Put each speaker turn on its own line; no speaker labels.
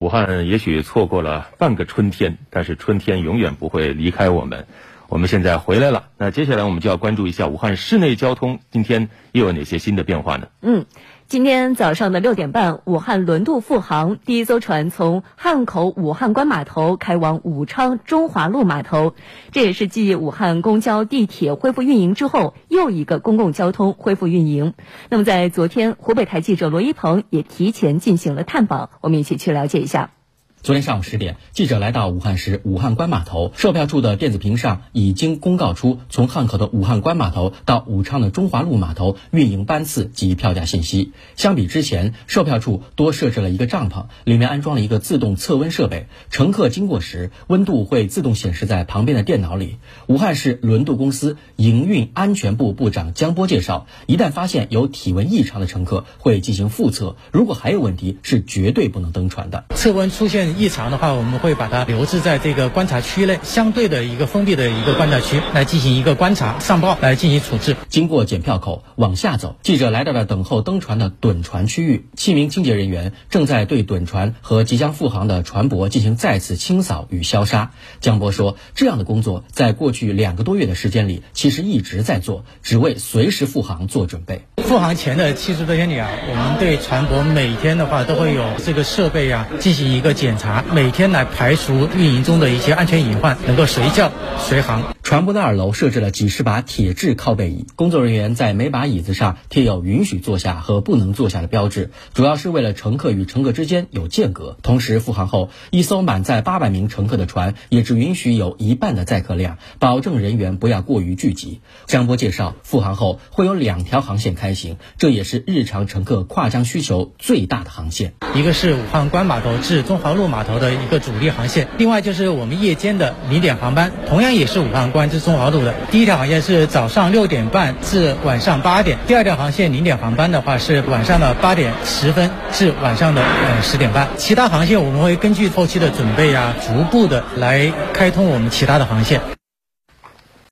武汉也许错过了半个春天，但是春天永远不会离开我们。我们现在回来了，那接下来我们就要关注一下武汉市内交通，今天又有哪些新的变化呢？
今天早上的6点半，武汉轮渡复航，第一艘船从汉口武汉关码头开往武昌中华路码头，这也是继武汉公交、地铁恢复运营之后，又一个公共交通恢复运营。那么在昨天，湖北台记者罗一鹏也提前进行了探访，我们一起去了解一下。
昨天上午10点，记者来到武汉市武汉关码头，售票处的电子屏上已经公告出从汉口的武汉关码头到武昌的中华路码头运营班次及票价信息。相比之前，售票处多设置了一个帐篷，里面安装了一个自动测温设备，乘客经过时，温度会自动显示在旁边的电脑里。武汉市轮渡公司营运安全部部长江波介绍，一旦发现有体温异常的乘客，会进行复测，如果还有问题，是绝对不能登船的。
测温出现异常的话，我们会把它留置在这个观察区内，相对的一个封闭的一个观察区来进行一个观察上报来进行处置。
经过检票口往下走，记者来到了等候登船的趸船区域，7名清洁人员正在对趸船和即将复航的船舶进行再次清扫与消杀。江波说，这样的工作在过去2个多月的时间里其实一直在做，只为随时复航做准备。
复航前的70多天里我们对船舶每天的话都会有这个设备进行一个检查，每天来排除运营中的一些安全隐患，能够随叫随航。
船舶的2楼设置了几十把铁质靠背椅，工作人员在每把椅子上贴有允许坐下和不能坐下的标志，主要是为了乘客与乘客之间有间隔。同时，复航后，一艘满载800名乘客的船也只允许有1半的载客量，保证人员不要过于聚集。江波介绍，复航后会有2条航线开行，这也是日常乘客跨江需求最大的航线。
一个是武汉关码头至中华路码头的一个主力航线，另外就是我们夜间的0点航班，同样也是武汉关至中华路的。第一条航线是早上6点半至晚上8点，第二条航线0点航班的话是晚上的8点10分至晚上的10点半。其他航线我们会根据后期的准备逐步的来开通我们其他的航线。